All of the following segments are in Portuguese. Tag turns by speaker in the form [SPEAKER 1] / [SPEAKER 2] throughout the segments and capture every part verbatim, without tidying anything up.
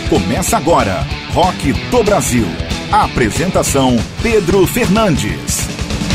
[SPEAKER 1] Começa agora, Rock do Brasil. A apresentação, Pedro Fernandes.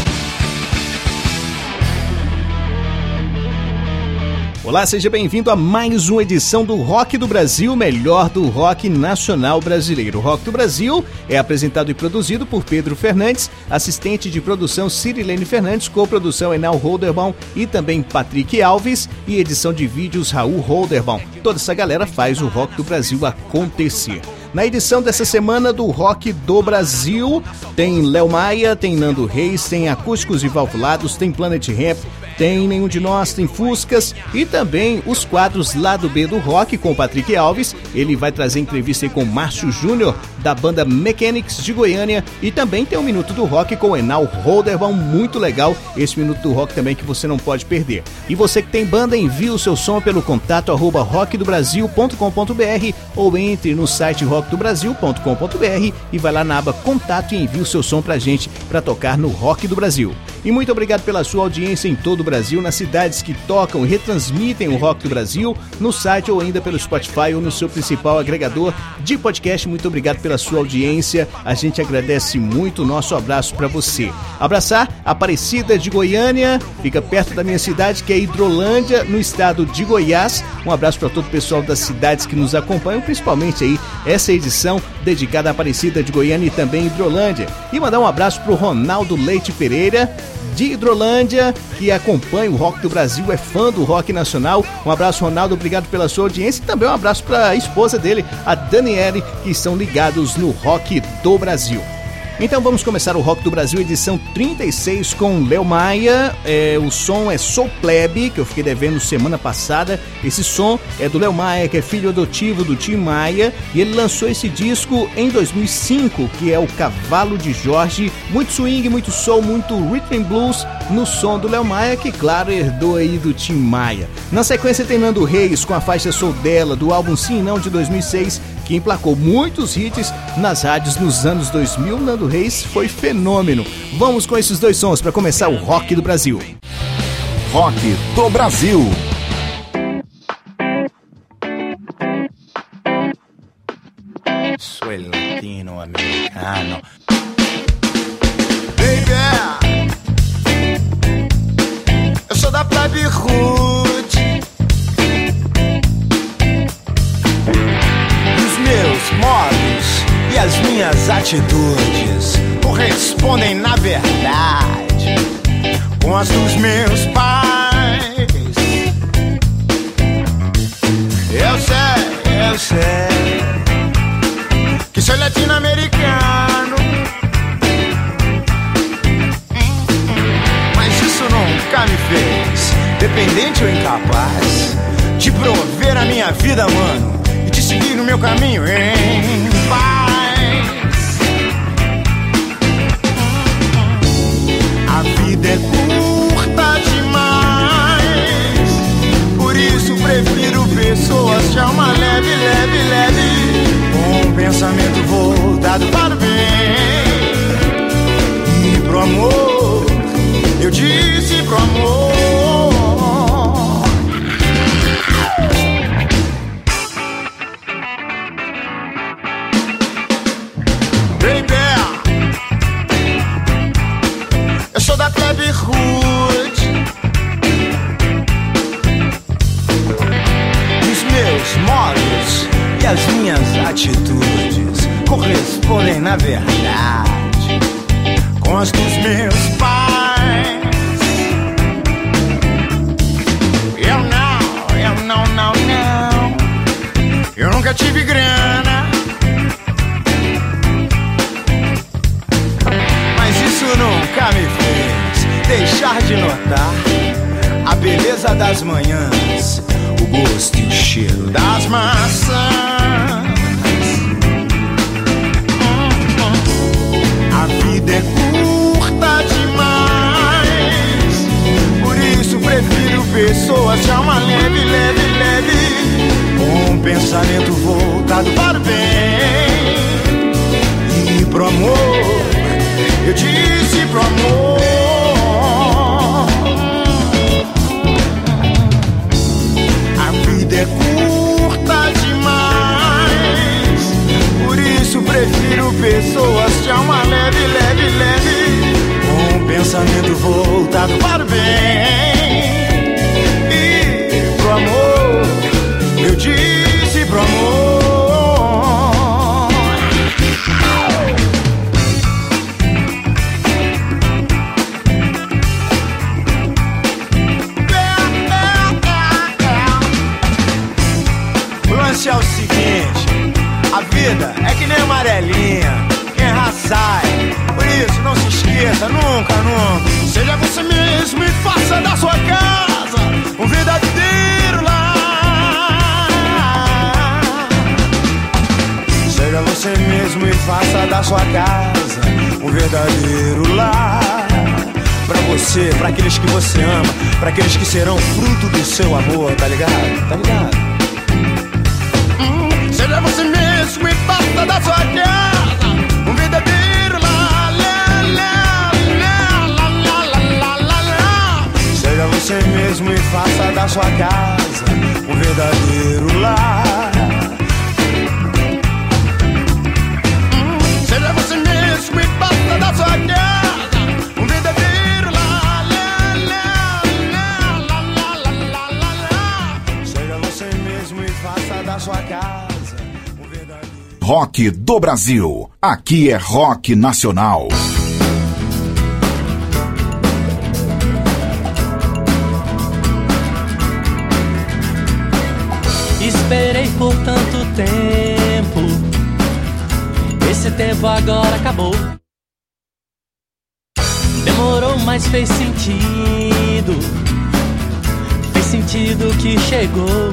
[SPEAKER 2] Olá, seja bem-vindo a mais uma edição do Rock do Brasil, melhor do rock nacional brasileiro. O Rock do Brasil é apresentado e produzido por Pedro Fernandes, assistente de produção Cirilene Fernandes, coprodução Enal Holderbaum e também Patrick Alves e edição de vídeos Raul Holderbaum. Toda essa galera faz o Rock do Brasil acontecer. Na edição dessa semana do Rock do Brasil, tem Léo Maia, tem Nando Reis, tem Acústicos e Valvulados, tem Planet Ramp, tem Nenhum de Nós, tem Fuscas e também os quadros Lado B do Rock com o Patrick Alves. Ele vai trazer entrevista aí com Márcio Júnior, da banda Mechanics de Goiânia, e também tem o Minuto do Rock com o Enal Holderbaum, muito legal esse Minuto do Rock também que você não pode perder. E você que tem banda, envie o seu som pelo contato arroba rock do brasil ponto com ponto b r ou entre no site rock do brasil ponto com ponto b r e vai lá na aba Contato e envie o seu som pra gente pra tocar no Rock do Brasil. E muito obrigado pela sua audiência em todo o Brasil, nas cidades que tocam e retransmitem o Rock do Brasil, no site ou ainda pelo Spotify ou no seu principal agregador de podcast. Muito obrigado pela sua audiência, a gente agradece muito. O nosso abraço para você. Abraçar Aparecida de Goiânia, fica perto da minha cidade, que é Hidrolândia, no estado de Goiás. Um abraço para todo o pessoal das cidades que nos acompanham, principalmente aí essa edição dedicada à Aparecida de Goiânia e também Hidrolândia. E mandar um abraço pro Ronaldo Leite Pereira, de Hidrolândia, que acompanha o Rock do Brasil, é fã do rock nacional. Um abraço, Ronaldo, obrigado pela sua audiência e também um abraço para a esposa dele, a Daniele, que estão ligados no Rock do Brasil. Então vamos começar o Rock do Brasil, edição trinta e seis, com Léo Maia. É, o som é Sou Plebe, que eu fiquei devendo semana passada. Esse som é do Léo Maia, que é filho adotivo do Tim Maia, e ele lançou esse disco em dois mil e cinco, que é o Cavalo de Jorge. Muito swing, muito soul, muito rhythm and blues no som do Léo Maia, que claro, herdou aí do Tim Maia. Na sequência tem Nando Reis com a faixa Sou Dela, do álbum Sim Não de dois mil e seis, que emplacou muitos hits nas rádios nos anos dois mil. Nando Reis foi fenômeno. Vamos com esses dois sons para começar o Rock do Brasil.
[SPEAKER 1] Rock do Brasil.
[SPEAKER 3] Soy latino-americano.
[SPEAKER 4] Baby, eu sou da Plebe Rude. Os meus modos e as minhas atitudes correspondem, na verdade, com as dos meus pais. Eu sei, eu sei que sou latino-americano, mas isso nunca me fez dependente ou incapaz de prover a minha vida, mano, e de seguir no meu caminho em paz. A vida é curta demais, por isso prefiro pessoas de alma leve, leve, leve, com um pensamento voltado para o bem e pro amor. Eu disse pro amor. Eu sou da Plebe Rude. Os meus modos e as minhas atitudes correspondem, na verdade, com as dos meus pais. Eu não, eu não, não, não. Eu nunca tive grana, mas isso nunca me fez deixar de notar a beleza das manhãs, o gosto e o cheiro das maçãs. A vida é curta demais, por isso prefiro pessoas de alma leve, leve, leve, com um pensamento voltado para o bem e pro amor. Eu disse pro amor. A vida é curta demais, é o seguinte: a vida é que nem amarelinha, quem errar sai. Por isso não se esqueça, nunca, nunca. Seja você mesmo e faça da sua casa um verdadeiro lar. Seja você mesmo e faça da sua casa um verdadeiro lar. Pra você, pra aqueles que você ama, pra aqueles que serão fruto do seu amor, tá ligado? Tá ligado? Hum, seja você mesmo e faça da sua casa um verdadeiro lar. Lá, lá, lá, lá, lá, lá, lá, lá. Seja você mesmo e faça da sua casa um verdadeiro lar. Hum, seja você mesmo e faça da sua casa um verdadeiro. Da sua casa, um verdadeiro...
[SPEAKER 1] Rock do Brasil. Aqui é rock nacional.
[SPEAKER 5] Esperei por tanto tempo, esse tempo agora acabou. Demorou, mas fez sentido. Fez sentido que chegou.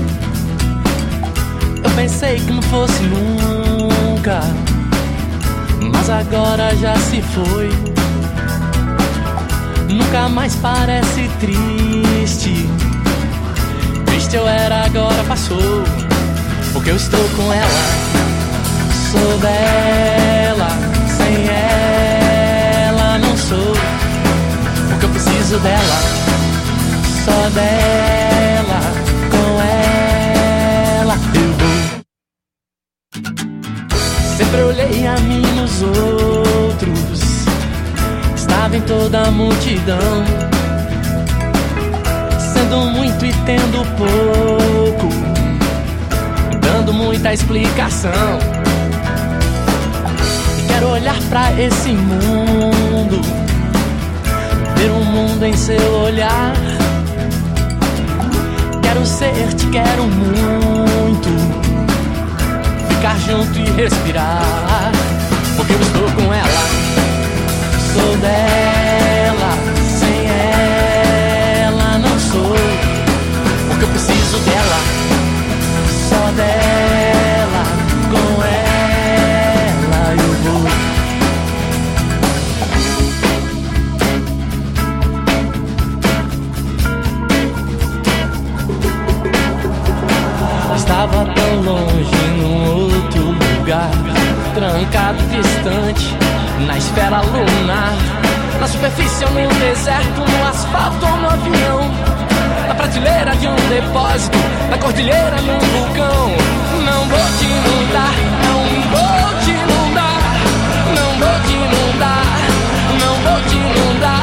[SPEAKER 5] Eu pensei que não fosse nunca, mas agora já se foi. Nunca mais parece triste. Triste eu era, agora passou. Porque eu estou com ela, sou dela. Sem ela não sou. Porque eu preciso dela, só dela. Com ela eu vou. Sempre olhei a mim nos outros, estava em toda a multidão, sendo muito e tendo pouco, dando muita explicação. E quero olhar pra esse mundo, ver um mundo em seu olhar. Quero ser, te quero muito, ficar junto e respirar. Porque eu estou com ela, sou dela. Sem ela não sou. Porque eu preciso dela, só dela. Com ela eu vou. Estava tão longe num outro lugar, trancado, distante, na esfera lunar, na superfície ou no deserto, no asfalto ou no avião, na prateleira de um depósito, na cordilheira, num vulcão. Não vou te inundar, não vou te inundar, não vou te inundar, não vou te inundar.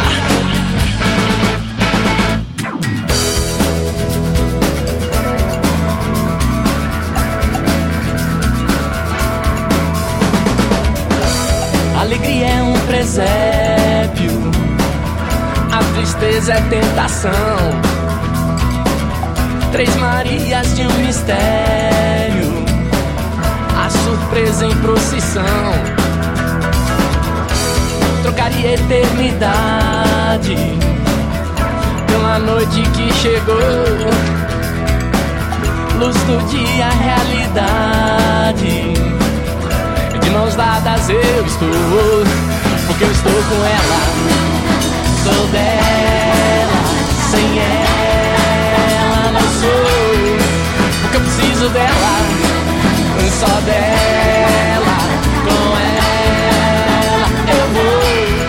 [SPEAKER 5] Alegria é um presépio, a tristeza é tentação. Três Marias de um mistério, a surpresa em procissão. Trocaria eternidade pela noite que chegou. Luz do dia, realidade. De mãos dadas eu estou, porque eu estou com ela, sou dela. Sem ela não sou, porque eu preciso dela, só dela. Com ela eu vou.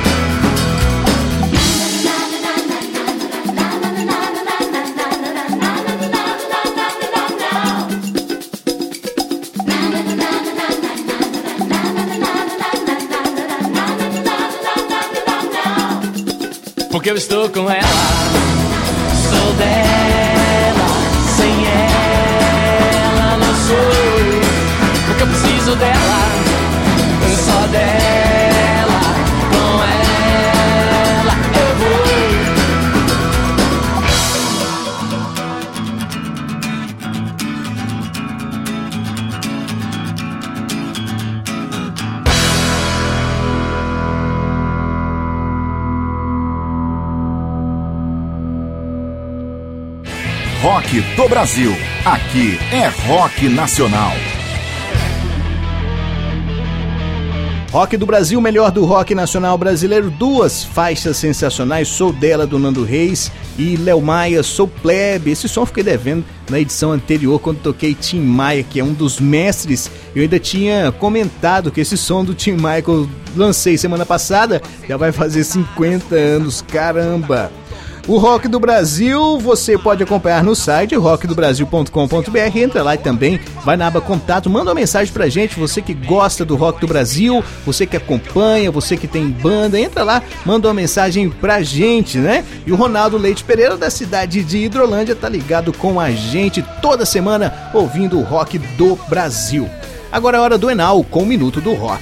[SPEAKER 5] Porque eu estou com ela, sou dela. Sem ela não sou, porque eu preciso dela, só dela. Com ela eu vou.
[SPEAKER 1] Rock do Brasil. Aqui é rock nacional.
[SPEAKER 2] Rock do Brasil, melhor do rock nacional brasileiro. Duas faixas sensacionais, Sou Dela, do Nando Reis, e Léo Maia, Sou Plebe. Esse som eu fiquei devendo na edição anterior, quando toquei Tim Maia, que é um dos mestres. Eu ainda tinha comentado que esse som do Tim Maia que eu lancei semana passada já vai fazer cinquenta anos, caramba! O Rock do Brasil você pode acompanhar no site rock do brasil ponto com ponto b r. Entra lá e também vai na aba contato, manda uma mensagem pra gente, você que gosta do Rock do Brasil, você que acompanha, você que tem banda, entra lá, manda uma mensagem pra gente, né? E o Ronaldo Leite Pereira, da cidade de Hidrolândia, tá ligado com a gente toda semana ouvindo o Rock do Brasil. Agora é hora do Enal com o Minuto do Rock.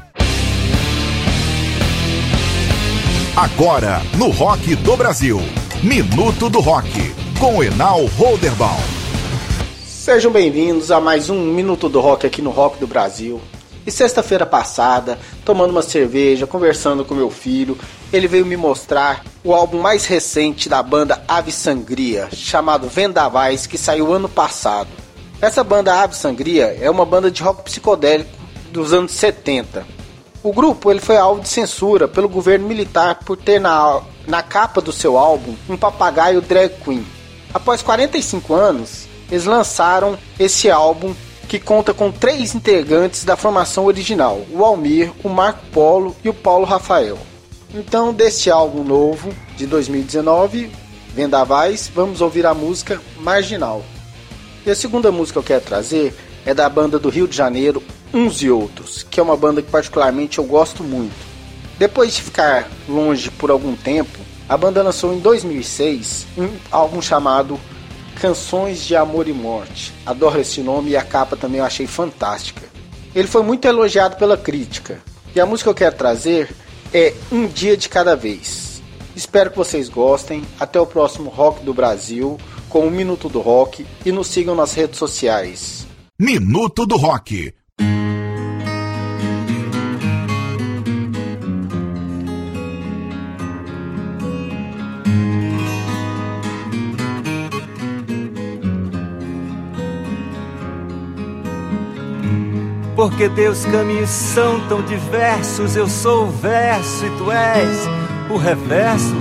[SPEAKER 1] Agora, no Rock do Brasil, Minuto do Rock, com Enal Holderbaum.
[SPEAKER 6] Sejam bem-vindos a mais um Minuto do Rock aqui no Rock do Brasil. E sexta-feira passada, tomando uma cerveja, conversando com meu filho, ele veio me mostrar o álbum mais recente da banda Ave Sangria, chamado Vendavais, que saiu ano passado. Essa banda Ave Sangria é uma banda de rock psicodélico dos anos setenta. O grupo ele foi alvo de censura pelo governo militar por ter na, na capa do seu álbum um papagaio drag queen. Após quarenta e cinco anos, eles lançaram esse álbum que conta com três integrantes da formação original, o Almir, o Marco Polo e o Paulo Rafael. Então, desse álbum novo de dois mil e dezenove, Vendavais, vamos ouvir a música Marginal. E a segunda música que eu quero trazer é da banda do Rio de Janeiro, Uns e Outros, que é uma banda que particularmente eu gosto muito. Depois de ficar longe por algum tempo, a banda lançou em dois mil e seis um álbum chamado Canções de Amor e Morte. Adoro esse nome e a capa também eu achei fantástica. Ele foi muito elogiado pela crítica. E a música que eu quero trazer é Um Dia de Cada Vez. Espero que vocês gostem. Até o próximo Rock do Brasil com o Minuto do Rock e nos sigam nas redes sociais.
[SPEAKER 1] Minuto do Rock.
[SPEAKER 7] Porque teus caminhos são tão diversos, eu sou o verso e tu és o reverso.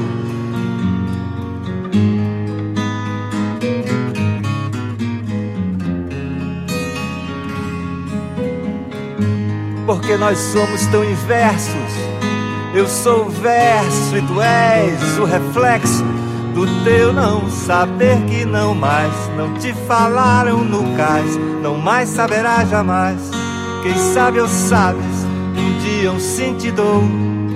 [SPEAKER 7] Porque nós somos tão inversos, eu sou o verso e tu és o reflexo do teu não saber que não mais, não te falaram no cais, não mais saberá jamais. Quem sabe ou sabes, um dia eu sim te dou.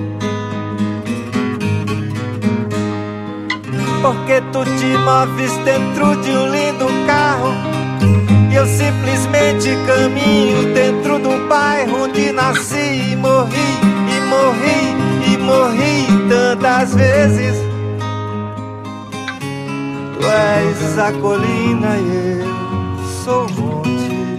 [SPEAKER 7] Porque tu te moves dentro de um lindo carro e eu simplesmente caminho dentro do bairro onde nasci e morri, e morri, e morri tantas vezes. Tu és a colina e eu sou o monte.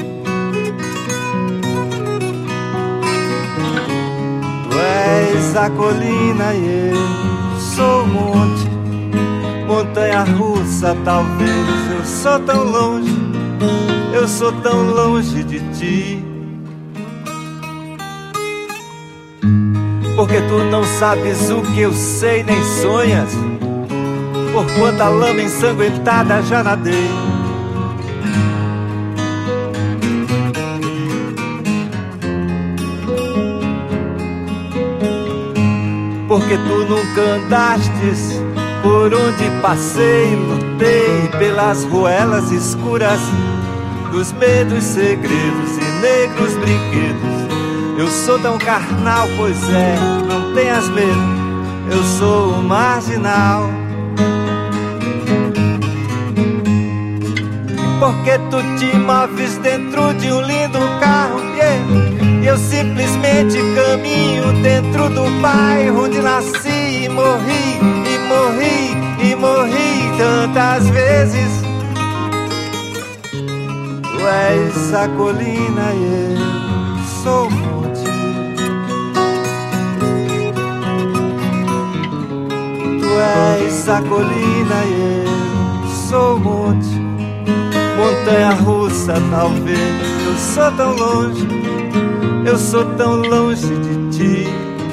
[SPEAKER 7] Tu és a colina e eu sou o monte. Montanha russa, talvez eu sou tão longe, eu sou tão longe de ti. Porque tu não sabes o que eu sei, nem sonhas, por quanta lama ensanguentada já nadei. Porque tu nunca andastes por onde passei, lutei pelas ruelas escuras dos medos, segredos e negros brinquedos. Eu sou tão carnal, pois é, não tenhas medo, eu sou o marginal. Porque tu te moves dentro de um lindo carro, yeah, e eu simplesmente caminho dentro do bairro onde nasci e morri, e morri, e morri tantas vezes. Tu és a colina e eu sou o monte. Tu és a colina e eu sou um monte, montanha russa talvez. Eu sou tão longe, eu sou tão longe de ti.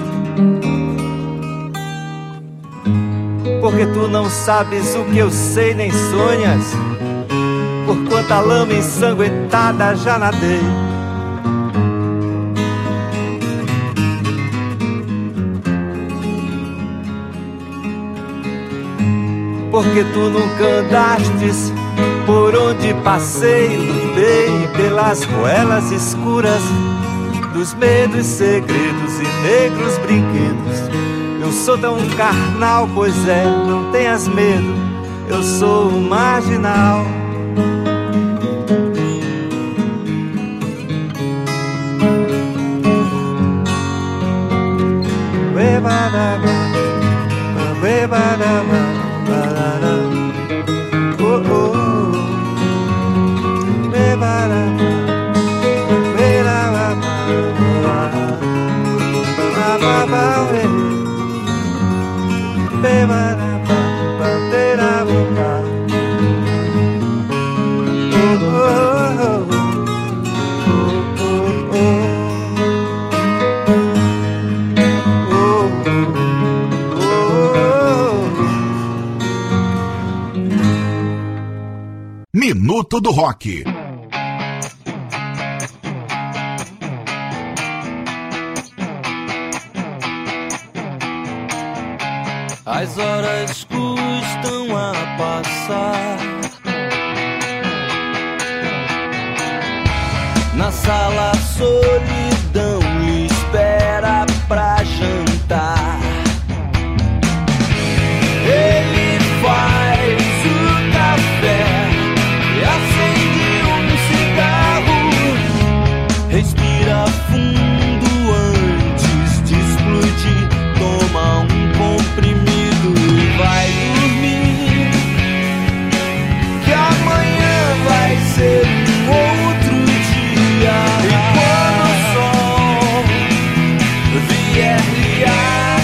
[SPEAKER 7] Porque tu não sabes o que eu sei nem sonhas, por quanta lama ensanguentada já nadei. Porque tu nunca andastes por onde passei, lutei pelas ruelas escuras dos medos, segredos e negros brinquedos. Eu sou tão carnal, pois é, não tenhas medo, eu sou um marginal. Oh, oh.
[SPEAKER 1] Minuto do Rock.
[SPEAKER 8] As horas custam a passar. Na sala a solidão lhe espera pra jantar. Ele faz o café e acende um cigarro. Respira fundo antes de explodir. Toma um comprimido e vai dormir, que amanhã vai ser um outro dia. E quando o sol vier brilhar,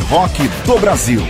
[SPEAKER 1] rock do Brasil.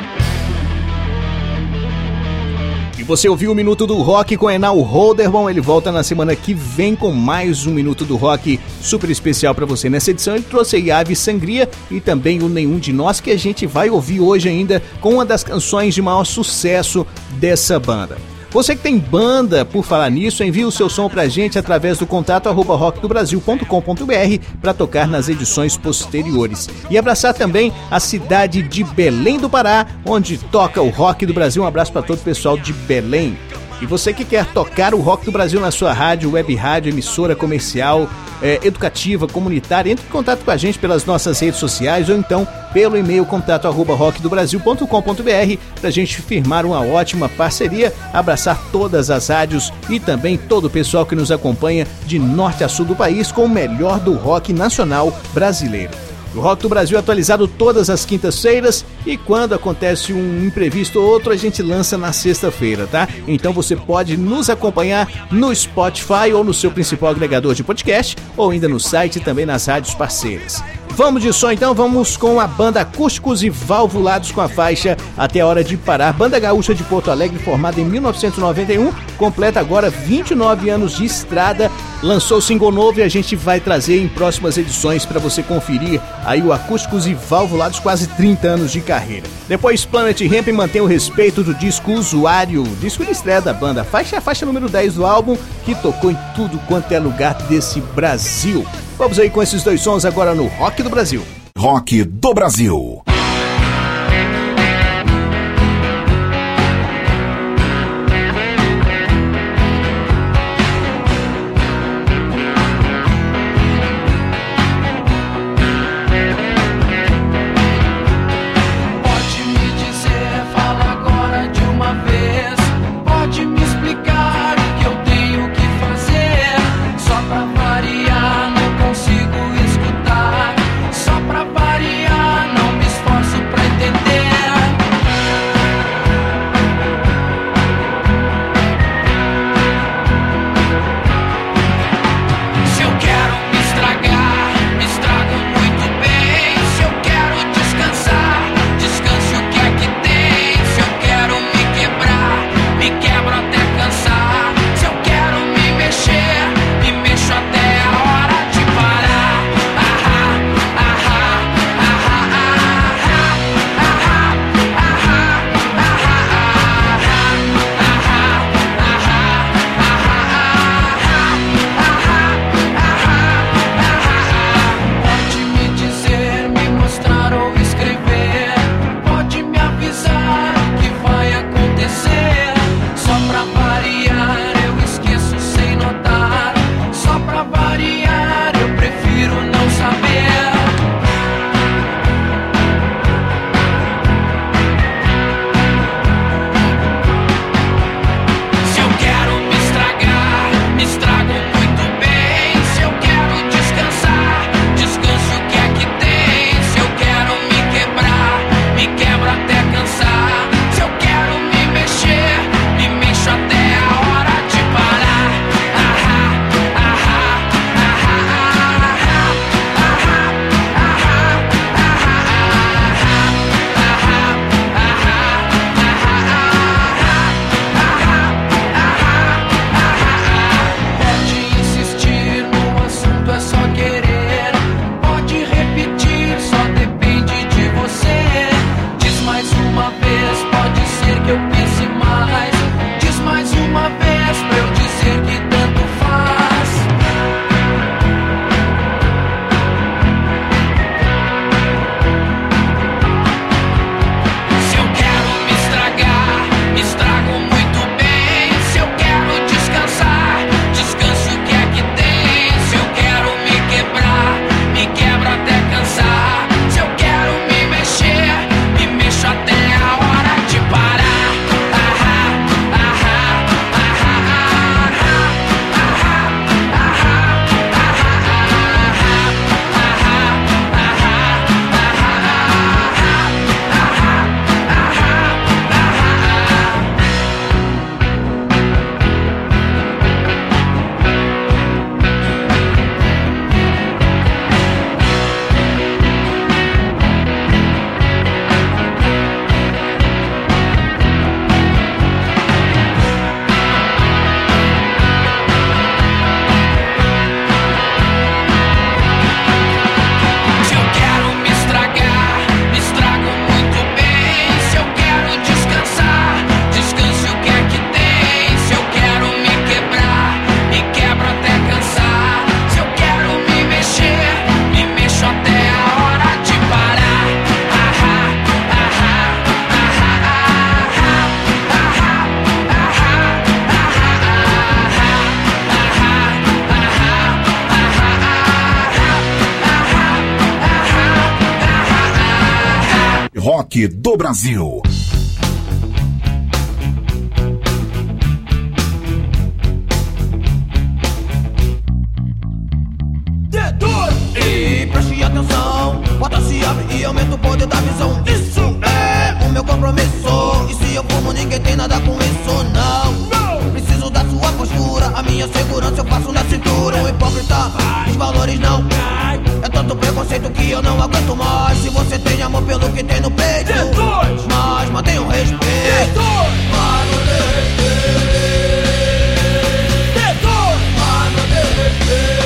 [SPEAKER 2] E você ouviu o Minuto do Rock com Enal Holderman. Ele volta na semana que vem com mais um Minuto do Rock super especial para você. Nessa edição ele trouxe a Ave Sangria e também o Nenhum de Nós, que a gente vai ouvir hoje ainda com uma das canções de maior sucesso dessa banda. Você que tem banda, por falar nisso, envie o seu som pra gente através do contato arroba rock do brasil ponto com ponto b r para tocar nas edições posteriores. E abraçar também a cidade de Belém do Pará, onde toca o Rock do Brasil. Um abraço para todo o pessoal de Belém. E você que quer tocar o Rock do Brasil na sua rádio, web rádio, emissora comercial, é, educativa, comunitária, entre em contato com a gente pelas nossas redes sociais ou então pelo e-mail contato arroba rock do brasil ponto com ponto b r para a gente firmar uma ótima parceria, abraçar todas as rádios e também todo o pessoal que nos acompanha de norte a sul do país com o melhor do rock nacional brasileiro. O Rock do Brasil é atualizado todas as quintas-feiras e quando acontece um imprevisto ou outro, a gente lança na sexta-feira, tá? Então você pode nos acompanhar no Spotify ou no seu principal agregador de podcast ou ainda no site e também nas rádios parceiras. Vamos de som então, vamos com a banda Acústicos e Valvulados com a faixa Até a Hora de Parar. Banda gaúcha de Porto Alegre, formada em mil novecentos e noventa e um, completa agora vinte e nove anos de estrada, lançou single novo e a gente vai trazer em próximas edições para você conferir aí o Acústicos e Valvulados, quase trinta anos de carreira. Depois Planet Hemp mantém o respeito do disco Usuário, disco de estreia da banda, faixa é a faixa número dez do álbum, que tocou em tudo quanto é lugar desse Brasil. Vamos aí com esses dois sons agora no Rock do Brasil.
[SPEAKER 1] Rock do Brasil.
[SPEAKER 9] Até a hora
[SPEAKER 1] Rock do Brasil.
[SPEAKER 9] E preste atenção, bota se abre e aumenta o poder da visão. Isso é o meu compromisso. E se eu fumo, ninguém tem nada com isso, não. Não. Preciso da sua postura, a minha segurança eu faço na cintura. O hipócrita, os valores não. É tanto preconceito que eu não aguento mais. Se você tem amor pelo que tem no peito, mas mantenha o respeito. Mas mantenha o respeito. Mas mantenha o respeito.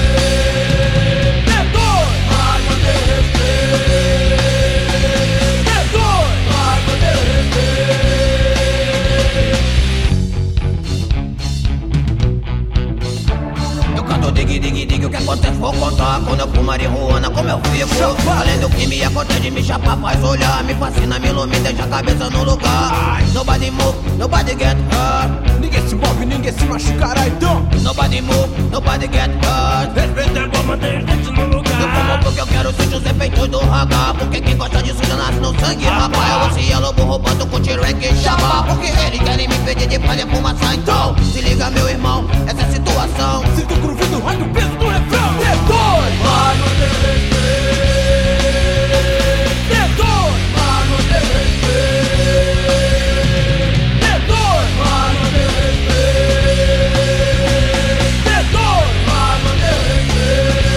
[SPEAKER 9] Dig, dig, dig, o que acontece vou contar. Quando eu fumo marihuana, como eu fico. Além do que me acontece, me chapa, faz olhar. Me fascina, me ilumina, deixa a cabeça no lugar. Nobody move, nobody get hurt. Ninguém se move, ninguém se machucará então. Nobody move, nobody get hurt. Respeita a goma, deixa gente no lugar. Eu fumo porque eu quero sentir os efeitos do raga. Porque quem gosta disso já nasce no sangue, rapaz. Eu se é lobo roubando com tiro é que chama. Porque eles querem me impedir de fazer fumaça. Então, se liga meu irmão, essa é a situação. Sinto o groove do rock, o peso do refrão. D dois, vai manter respeito. D dois, vai manter respeito. D dois, vai manter respeito. D dois, vai manter respeito.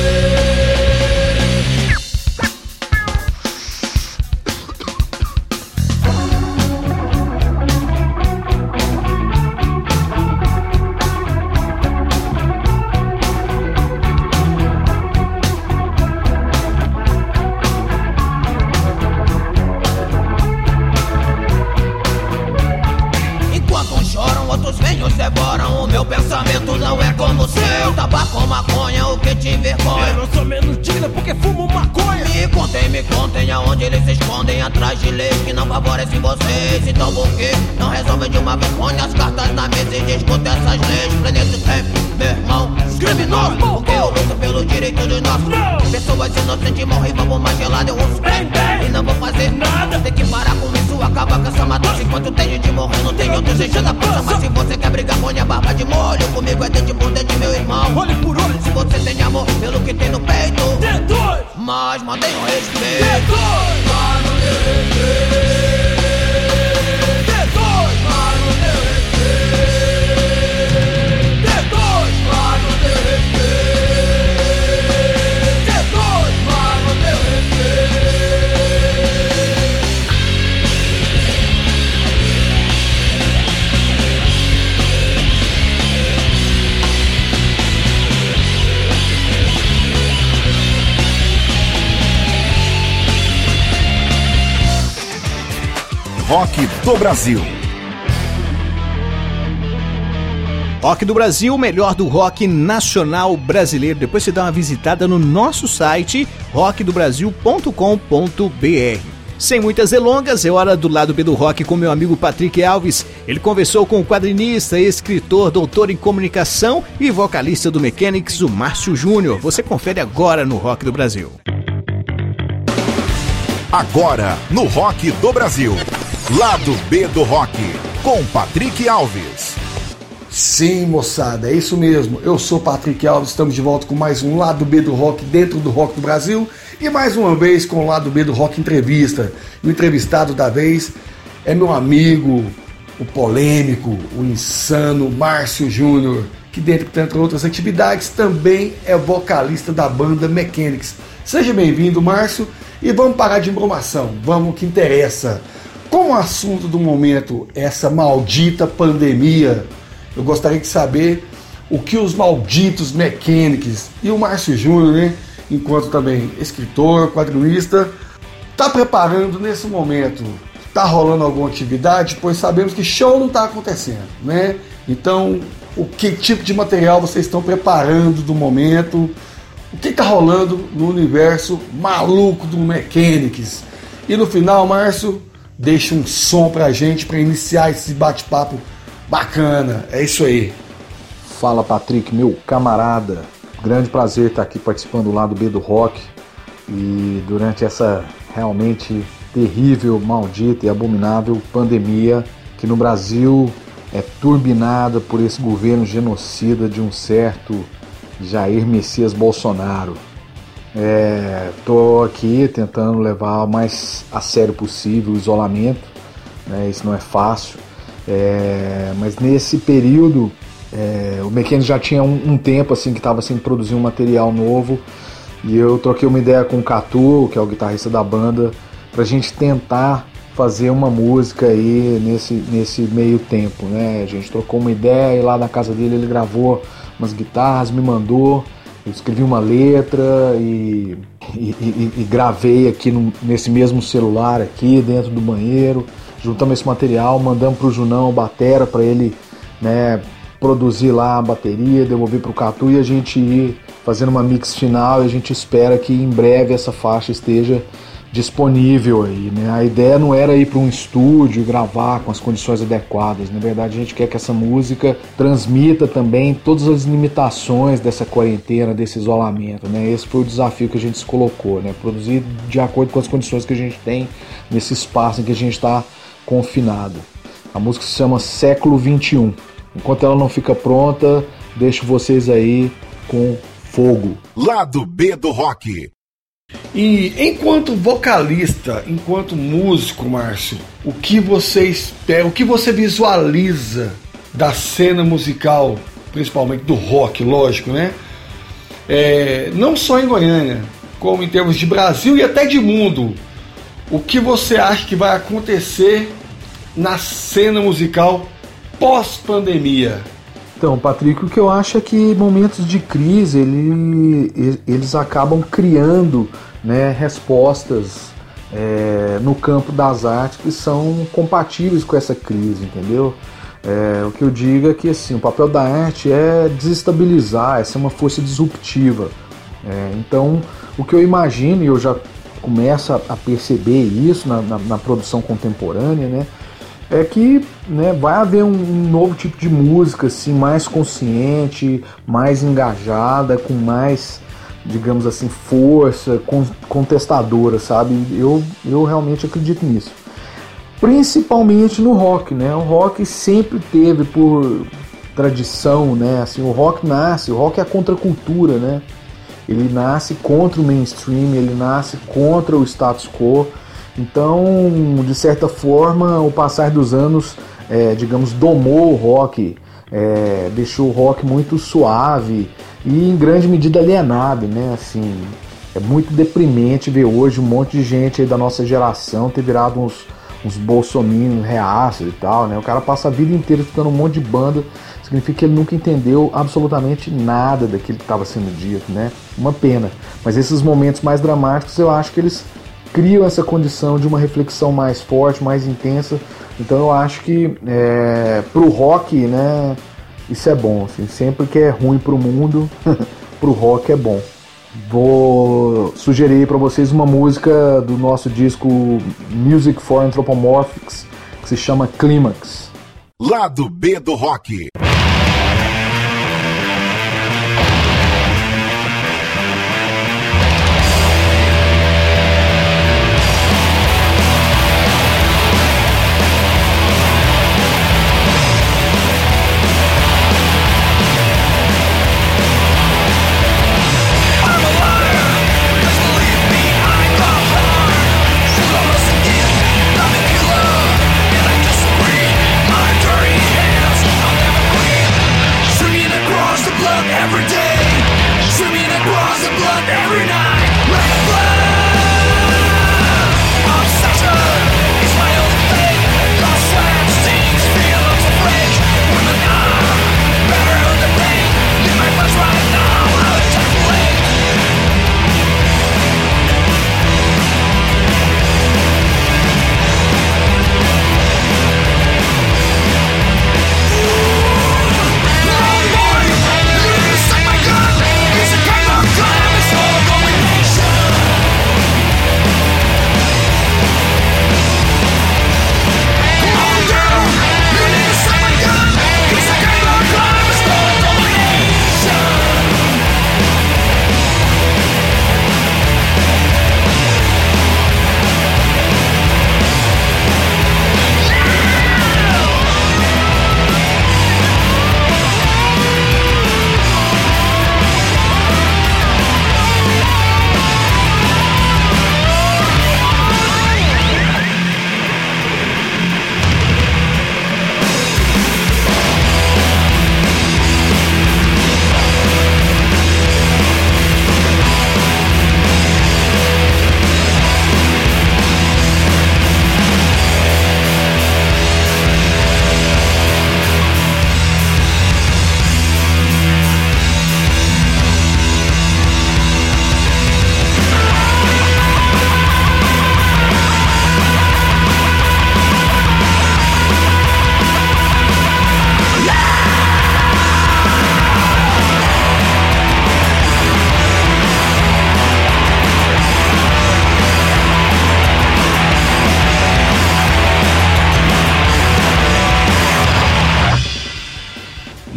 [SPEAKER 9] Devoram o meu pensamento, não é como o seu. Tabaco ou maconha, o que te envergonha? Eu não sou menos digno porque fumo maconha. Me contem, me contem aonde eles se escondem. Atrás de leis que não favorecem vocês. Então por que não resolvem de uma vez? Põe as cartas na mesa e discute essas leis. Planeta tempo, meu irmão, criminoso. Porque eu luto pelo direito dos nossos. Pessoas inocentes morrem, vamos mais gelado. Eu uso bem, bem, e não vou fazer nada. Tem que parar com isso, acabar com essa matança. Enquanto tem gente morrendo, tem outros enchendo a pança. Mas se você quer brigar, põe a barba de molho. Comigo é dente por dente, meu irmão. Olho por olho. Se você tem amor pelo que tem no peito, D dois, mas mantenha o respeito. D dois, mas mantenha o respeito. D dois, mas mantenha o respeito. D dois, mas mantenha o respeito. D dois, mas mantenha o respeito.
[SPEAKER 1] Rock do Brasil.
[SPEAKER 2] Rock do Brasil, o melhor do rock nacional brasileiro. Depois você dá uma visitada no nosso site rock do brasil ponto com ponto b r. Sem muitas delongas, é hora do lado B do rock com meu amigo Patrick Alves. Ele conversou com o quadrinista, escritor, doutor em comunicação e vocalista do Mechanics, o Márcio Júnior. Você confere agora no Rock do Brasil.
[SPEAKER 1] Agora no Rock do Brasil. Lado B do Rock, com Patrick Alves.
[SPEAKER 10] Sim, moçada, é isso mesmo. Eu sou Patrick Alves, estamos de volta com mais um Lado B do Rock dentro do Rock do Brasil. E mais uma vez com o Lado B do Rock Entrevista. O entrevistado da vez é meu amigo, o polêmico, o insano Márcio Júnior, que dentre tantas outras atividades também é vocalista da banda Mechanics. Seja bem-vindo, Márcio, e vamos parar de embromação, vamos ao que interessa. Como o assunto do momento é essa maldita pandemia, eu gostaria de saber o que os malditos Mechanics e o Márcio Júnior, né, enquanto também escritor, quadrinista, está preparando nesse momento. Está rolando alguma atividade? Pois sabemos que show não está acontecendo, né? Então, o que tipo de material vocês estão preparando do momento? O que está rolando no universo maluco do Mechanics? E no final, Márcio, deixa um som pra gente para iniciar esse bate-papo bacana. É isso aí.
[SPEAKER 11] Fala, Patrick, meu camarada. Grande prazer estar aqui participando do Lado B do Rock. E durante essa realmente terrível, maldita e abominável pandemia que no Brasil é turbinada por esse governo genocida de um certo Jair Messias Bolsonaro. Estou é, aqui tentando levar o mais a sério possível o isolamento, né? Isso não é fácil, é, mas nesse período é, o Mecânico já tinha um, um tempo assim, que estava assim, produzindo um material novo, e eu troquei uma ideia com o Catu, que é o guitarrista da banda, para a gente tentar fazer uma música aí nesse, nesse meio tempo, né? A gente trocou uma ideia e lá na casa dele ele gravou umas guitarras, me mandou. Eu escrevi uma letra e, e, e, e gravei aqui no, nesse mesmo celular aqui dentro do banheiro. Juntamos esse material, mandamos pro Junão, batera, para ele, né, produzir lá a bateria, devolver pro Catu e a gente ir fazendo uma mix final, e a gente espera que em breve essa faixa esteja disponível aí, né? A ideia não era ir para um estúdio e gravar com as condições adequadas. Na verdade, a gente quer que essa música transmita também todas as limitações dessa quarentena, desse isolamento, né? Esse foi o desafio que a gente se colocou, né? Produzir de acordo com as condições que a gente tem nesse espaço em que a gente está confinado. A música se chama Século vinte e um. Enquanto ela não fica pronta, deixo vocês aí com Fogo.
[SPEAKER 1] Lado B do Rock.
[SPEAKER 10] E enquanto vocalista, enquanto músico, Márcio, o que você espera, o que você visualiza da cena musical, principalmente do rock, lógico, né? É, não só em Goiânia, como em termos de Brasil e até de mundo. O que você acha que vai acontecer na cena musical pós-pandemia?
[SPEAKER 11] Então, Patrick, o que eu acho é que momentos de crise ele, eles acabam criando, né, respostas é, no campo das artes que são compatíveis com essa crise, entendeu? É, o que eu digo é que assim, o papel da arte é desestabilizar, é ser uma força disruptiva. É, então, o que eu imagino, e eu já começo a perceber isso na, na, na produção contemporânea, né? É que, né, vai haver um, um novo tipo de música assim, mais consciente, mais engajada, com mais, digamos assim, força, con- contestadora, sabe? Eu, eu realmente acredito nisso. Principalmente no rock, né? O rock sempre teve por tradição, né? Assim, o rock nasce, o rock é a contracultura, né? Ele nasce contra o mainstream, ele nasce contra o status quo. Então, de certa forma, o passar dos anos, é, digamos, domou o rock, é, deixou o rock muito suave e em grande medida alienado, né? Assim, é muito deprimente ver hoje um monte de gente aí da nossa geração ter virado uns, uns bolsominions reaços e tal, né? O cara passa a vida inteira escutando um monte de banda, significa que ele nunca entendeu absolutamente nada daquilo que estava sendo dito, né? Uma pena. Mas esses momentos mais dramáticos, eu acho que eles criam essa condição de uma reflexão mais forte, mais intensa. Então eu acho que é, pro rock, né, isso é bom, assim, sempre que é ruim pro mundo, pro rock é bom. Vou sugerir para vocês uma música do nosso disco Music for Anthropomorphics, que se chama Clímax.
[SPEAKER 1] Lado B do Rock.
[SPEAKER 12] My dirty hands, I'll never quit.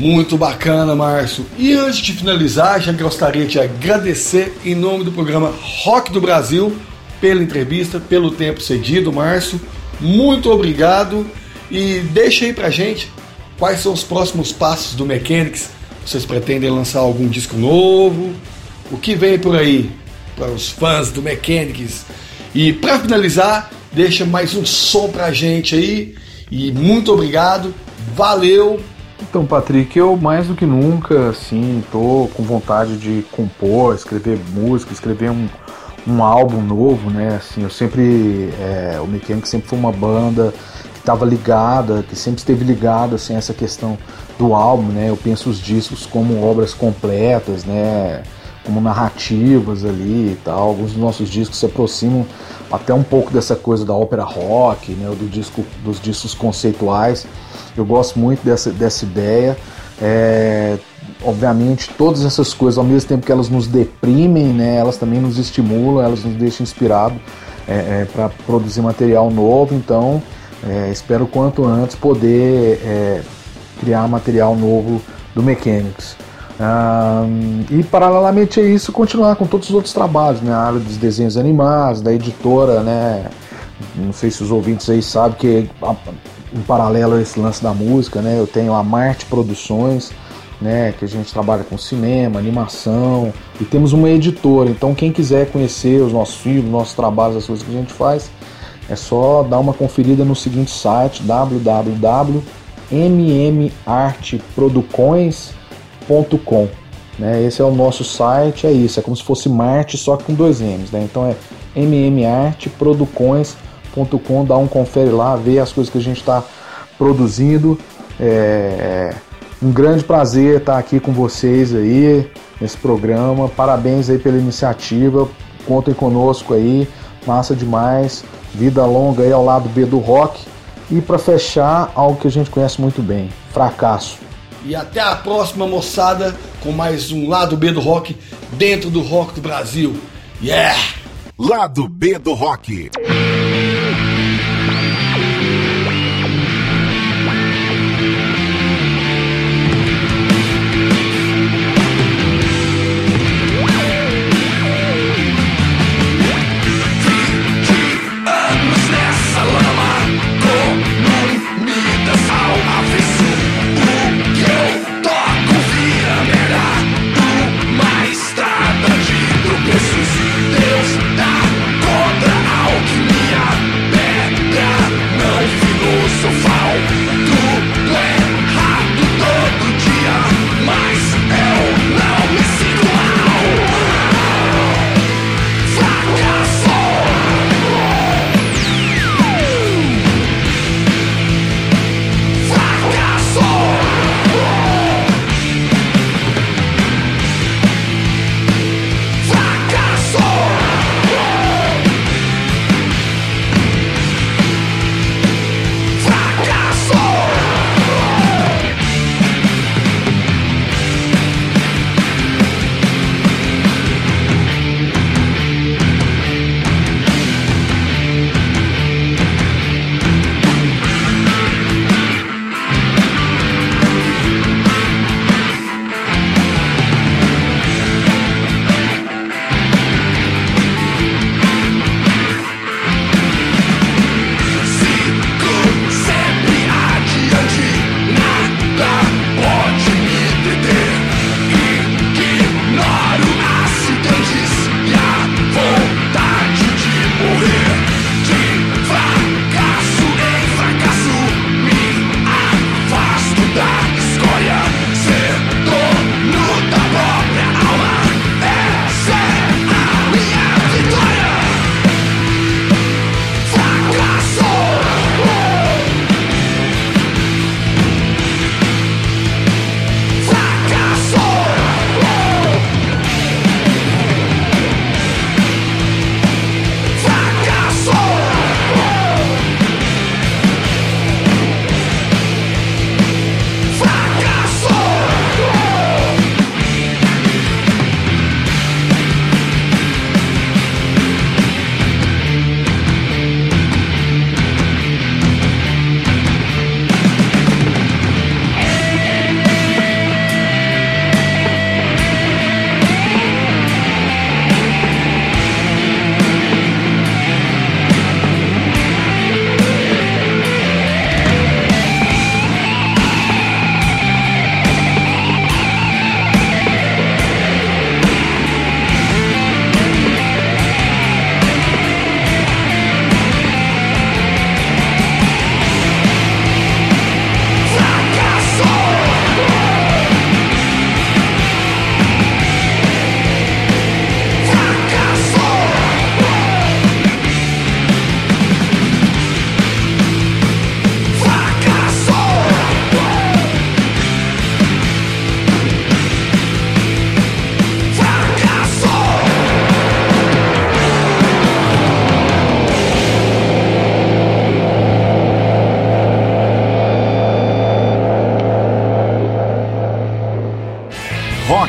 [SPEAKER 10] Muito bacana, Márcio. E antes de finalizar, já gostaria de agradecer em nome do programa Rock do Brasil pela entrevista, pelo tempo cedido, Márcio. Muito obrigado. E deixa aí pra gente quais são os próximos passos do Mechanics. Vocês pretendem lançar algum disco novo? O que vem por aí para os fãs do Mechanics? E para finalizar, deixa mais um som pra gente aí. E muito obrigado. Valeu!
[SPEAKER 11] Então, Patrick, eu mais do que nunca, assim, tô com vontade de compor, escrever música, escrever um, um álbum novo, né? Assim, eu sempre, é, o Mechanics sempre foi uma banda que estava ligada, que sempre esteve ligada, assim, a essa questão do álbum, né? Eu penso os discos como obras completas, né? Como narrativas ali e tal. Alguns dos nossos discos se aproximam até um pouco dessa coisa da ópera rock, né? Do disco, dos discos conceituais. Eu gosto muito dessa, dessa ideia. É, obviamente, todas essas coisas, ao mesmo tempo que elas nos deprimem, né, elas também nos estimulam, elas nos deixam inspirados é, é, para produzir material novo. Então, é, espero quanto antes poder é, criar material novo do Mechanics. Um, e, paralelamente a isso, continuar com todos os outros trabalhos, né, a área dos desenhos animados, da editora, né. Não sei se os ouvintes aí sabem que em paralelo a esse lance da música, né, eu tenho a Marte Produções, né, que a gente trabalha com cinema, animação, e temos uma editora. Então quem quiser conhecer os nossos filmes, os nossos trabalhos, as coisas que a gente faz, é só dar uma conferida no seguinte site, w w w ponto m m arte produções ponto com, né, esse é o nosso site, é isso, é como se fosse Marte, só que com dois M's, né, então é m m arte produções ponto com, dá um confere lá, vê as coisas que a gente está produzindo. É um grande prazer estar aqui com vocês aí nesse programa, parabéns aí pela iniciativa, contem conosco aí, massa demais, vida longa aí ao lado B do rock. E para fechar, algo que a gente conhece muito bem, fracasso.
[SPEAKER 10] E até a próxima, moçada, com mais um Lado B do Rock dentro do Rock do Brasil. Yeah!
[SPEAKER 1] Lado B do Rock.
[SPEAKER 9] Deus dá contra alquimia.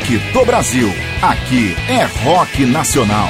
[SPEAKER 1] Rock do Brasil. Aqui é rock nacional.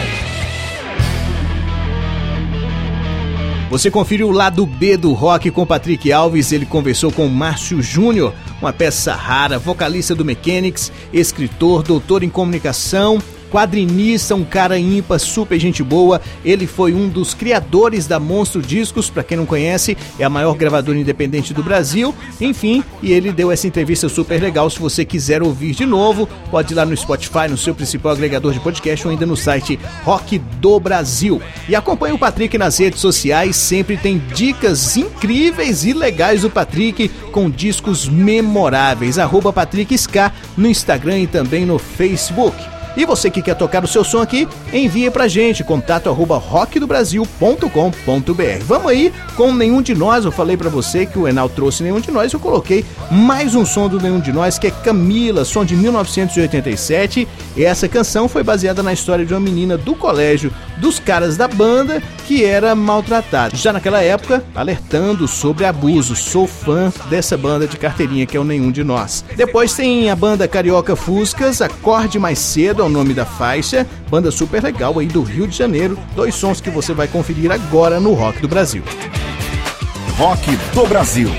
[SPEAKER 2] Você conferiu o lado B do rock com Patrick Alves. Ele conversou com Márcio Júnior, uma peça rara, vocalista do Mechanics, escritor, doutor em comunicação, quadrinista, um cara ímpar, super gente boa. Ele foi um dos criadores da Monstro Discos, pra quem não conhece, é a maior gravadora independente do Brasil. Enfim, e ele deu essa entrevista super legal. Se você quiser ouvir de novo, pode ir lá no Spotify, no seu principal agregador de podcast, ou ainda no site Rock do Brasil. E acompanhe o Patrick nas redes sociais, sempre tem dicas incríveis e legais do Patrick, com discos memoráveis. Arroba Patrick Ska no Instagram e também no Facebook. E você que quer tocar o seu som aqui, envie pra gente, contato arroba rock do brasil ponto com ponto b r. Vamos aí com Nenhum de Nós. Eu falei pra você que o Enal trouxe Nenhum de Nós, eu coloquei mais um som do Nenhum de Nós, que é Camila, som de mil novecentos e oitenta e sete. E essa canção foi baseada na história de uma menina do colégio dos caras da banda que era maltratada. Já naquela época, alertando sobre abuso. Sou fã dessa banda de carteirinha que é o Nenhum de Nós. Depois tem a banda Carioca Fuscas, Acorde Mais Cedo, o nome da faixa, banda super legal aí do Rio de Janeiro. Dois sons que você vai conferir agora no Rock do Brasil.
[SPEAKER 1] Rock do Brasil.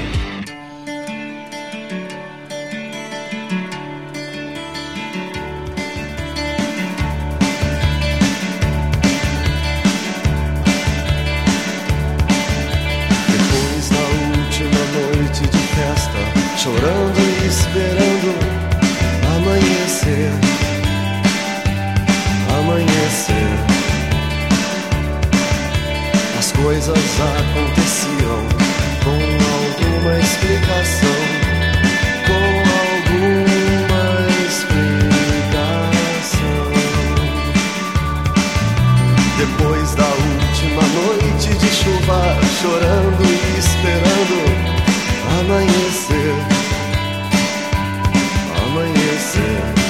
[SPEAKER 12] Depois da última noite de festa, chorando e esperando amanhecer. Amanhecer, as coisas aconteciam com alguma explicação, com alguma explicação. Depois da última noite de chuva, chorando e esperando amanhecer, amanhecer.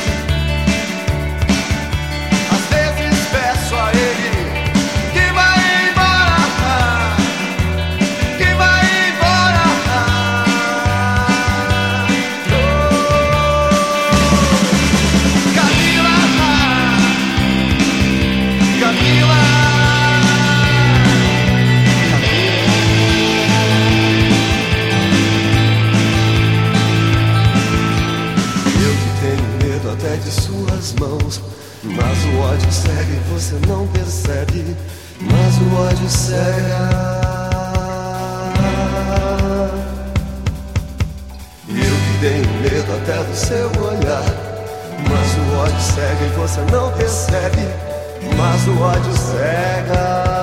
[SPEAKER 12] Mas o ódio cega e você não percebe. Mas o ódio cega. Eu que tenho medo até do seu olhar. Mas o ódio cega e você não percebe. Mas o ódio cega.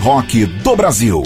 [SPEAKER 1] rock do Brasil.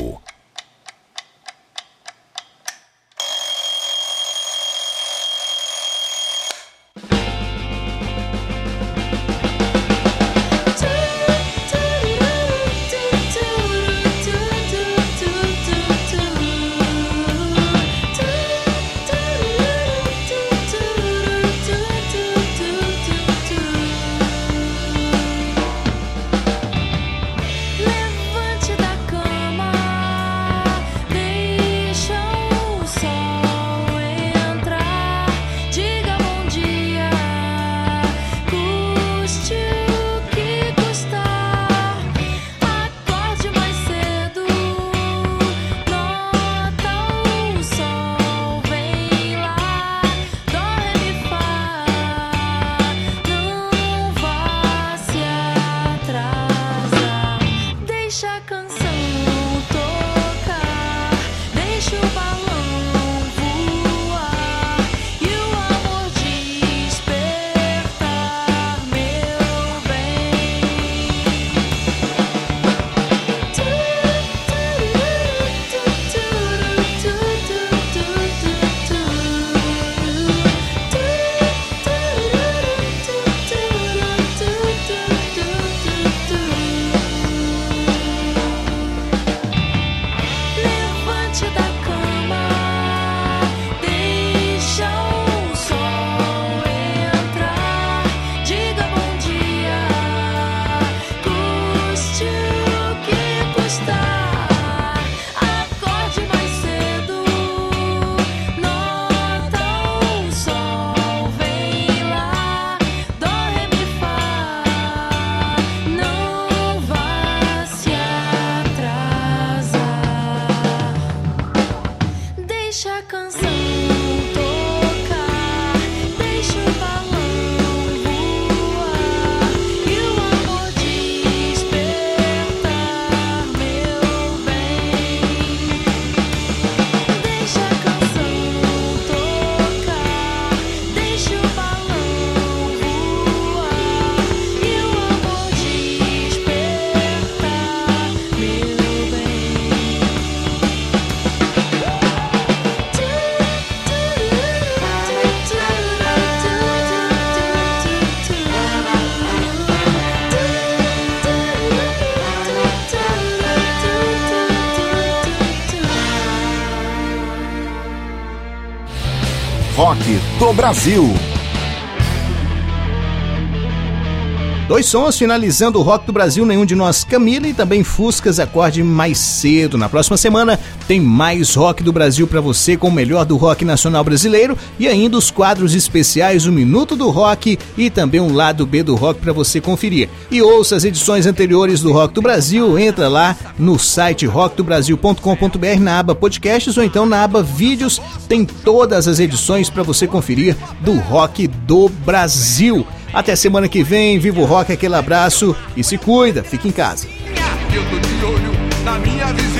[SPEAKER 1] Rock do Brasil.
[SPEAKER 2] Dois sons finalizando o Rock do Brasil, Nenhum de Nós Camila e também Fuscas, Acorde Mais Cedo. Na próxima semana tem mais Rock do Brasil para você com o melhor do rock nacional brasileiro e ainda os quadros especiais, o Minuto do Rock e também um lado B do rock para você conferir. E ouça as edições anteriores do Rock do Brasil, entra lá no site rock do brasil ponto com ponto b r na aba podcasts ou então na aba vídeos, tem todas as edições para você conferir do Rock do Brasil. Até semana que vem, viva o rock, aquele abraço e se cuida, fique em casa.
[SPEAKER 13] Eu tô de olho na minha visão.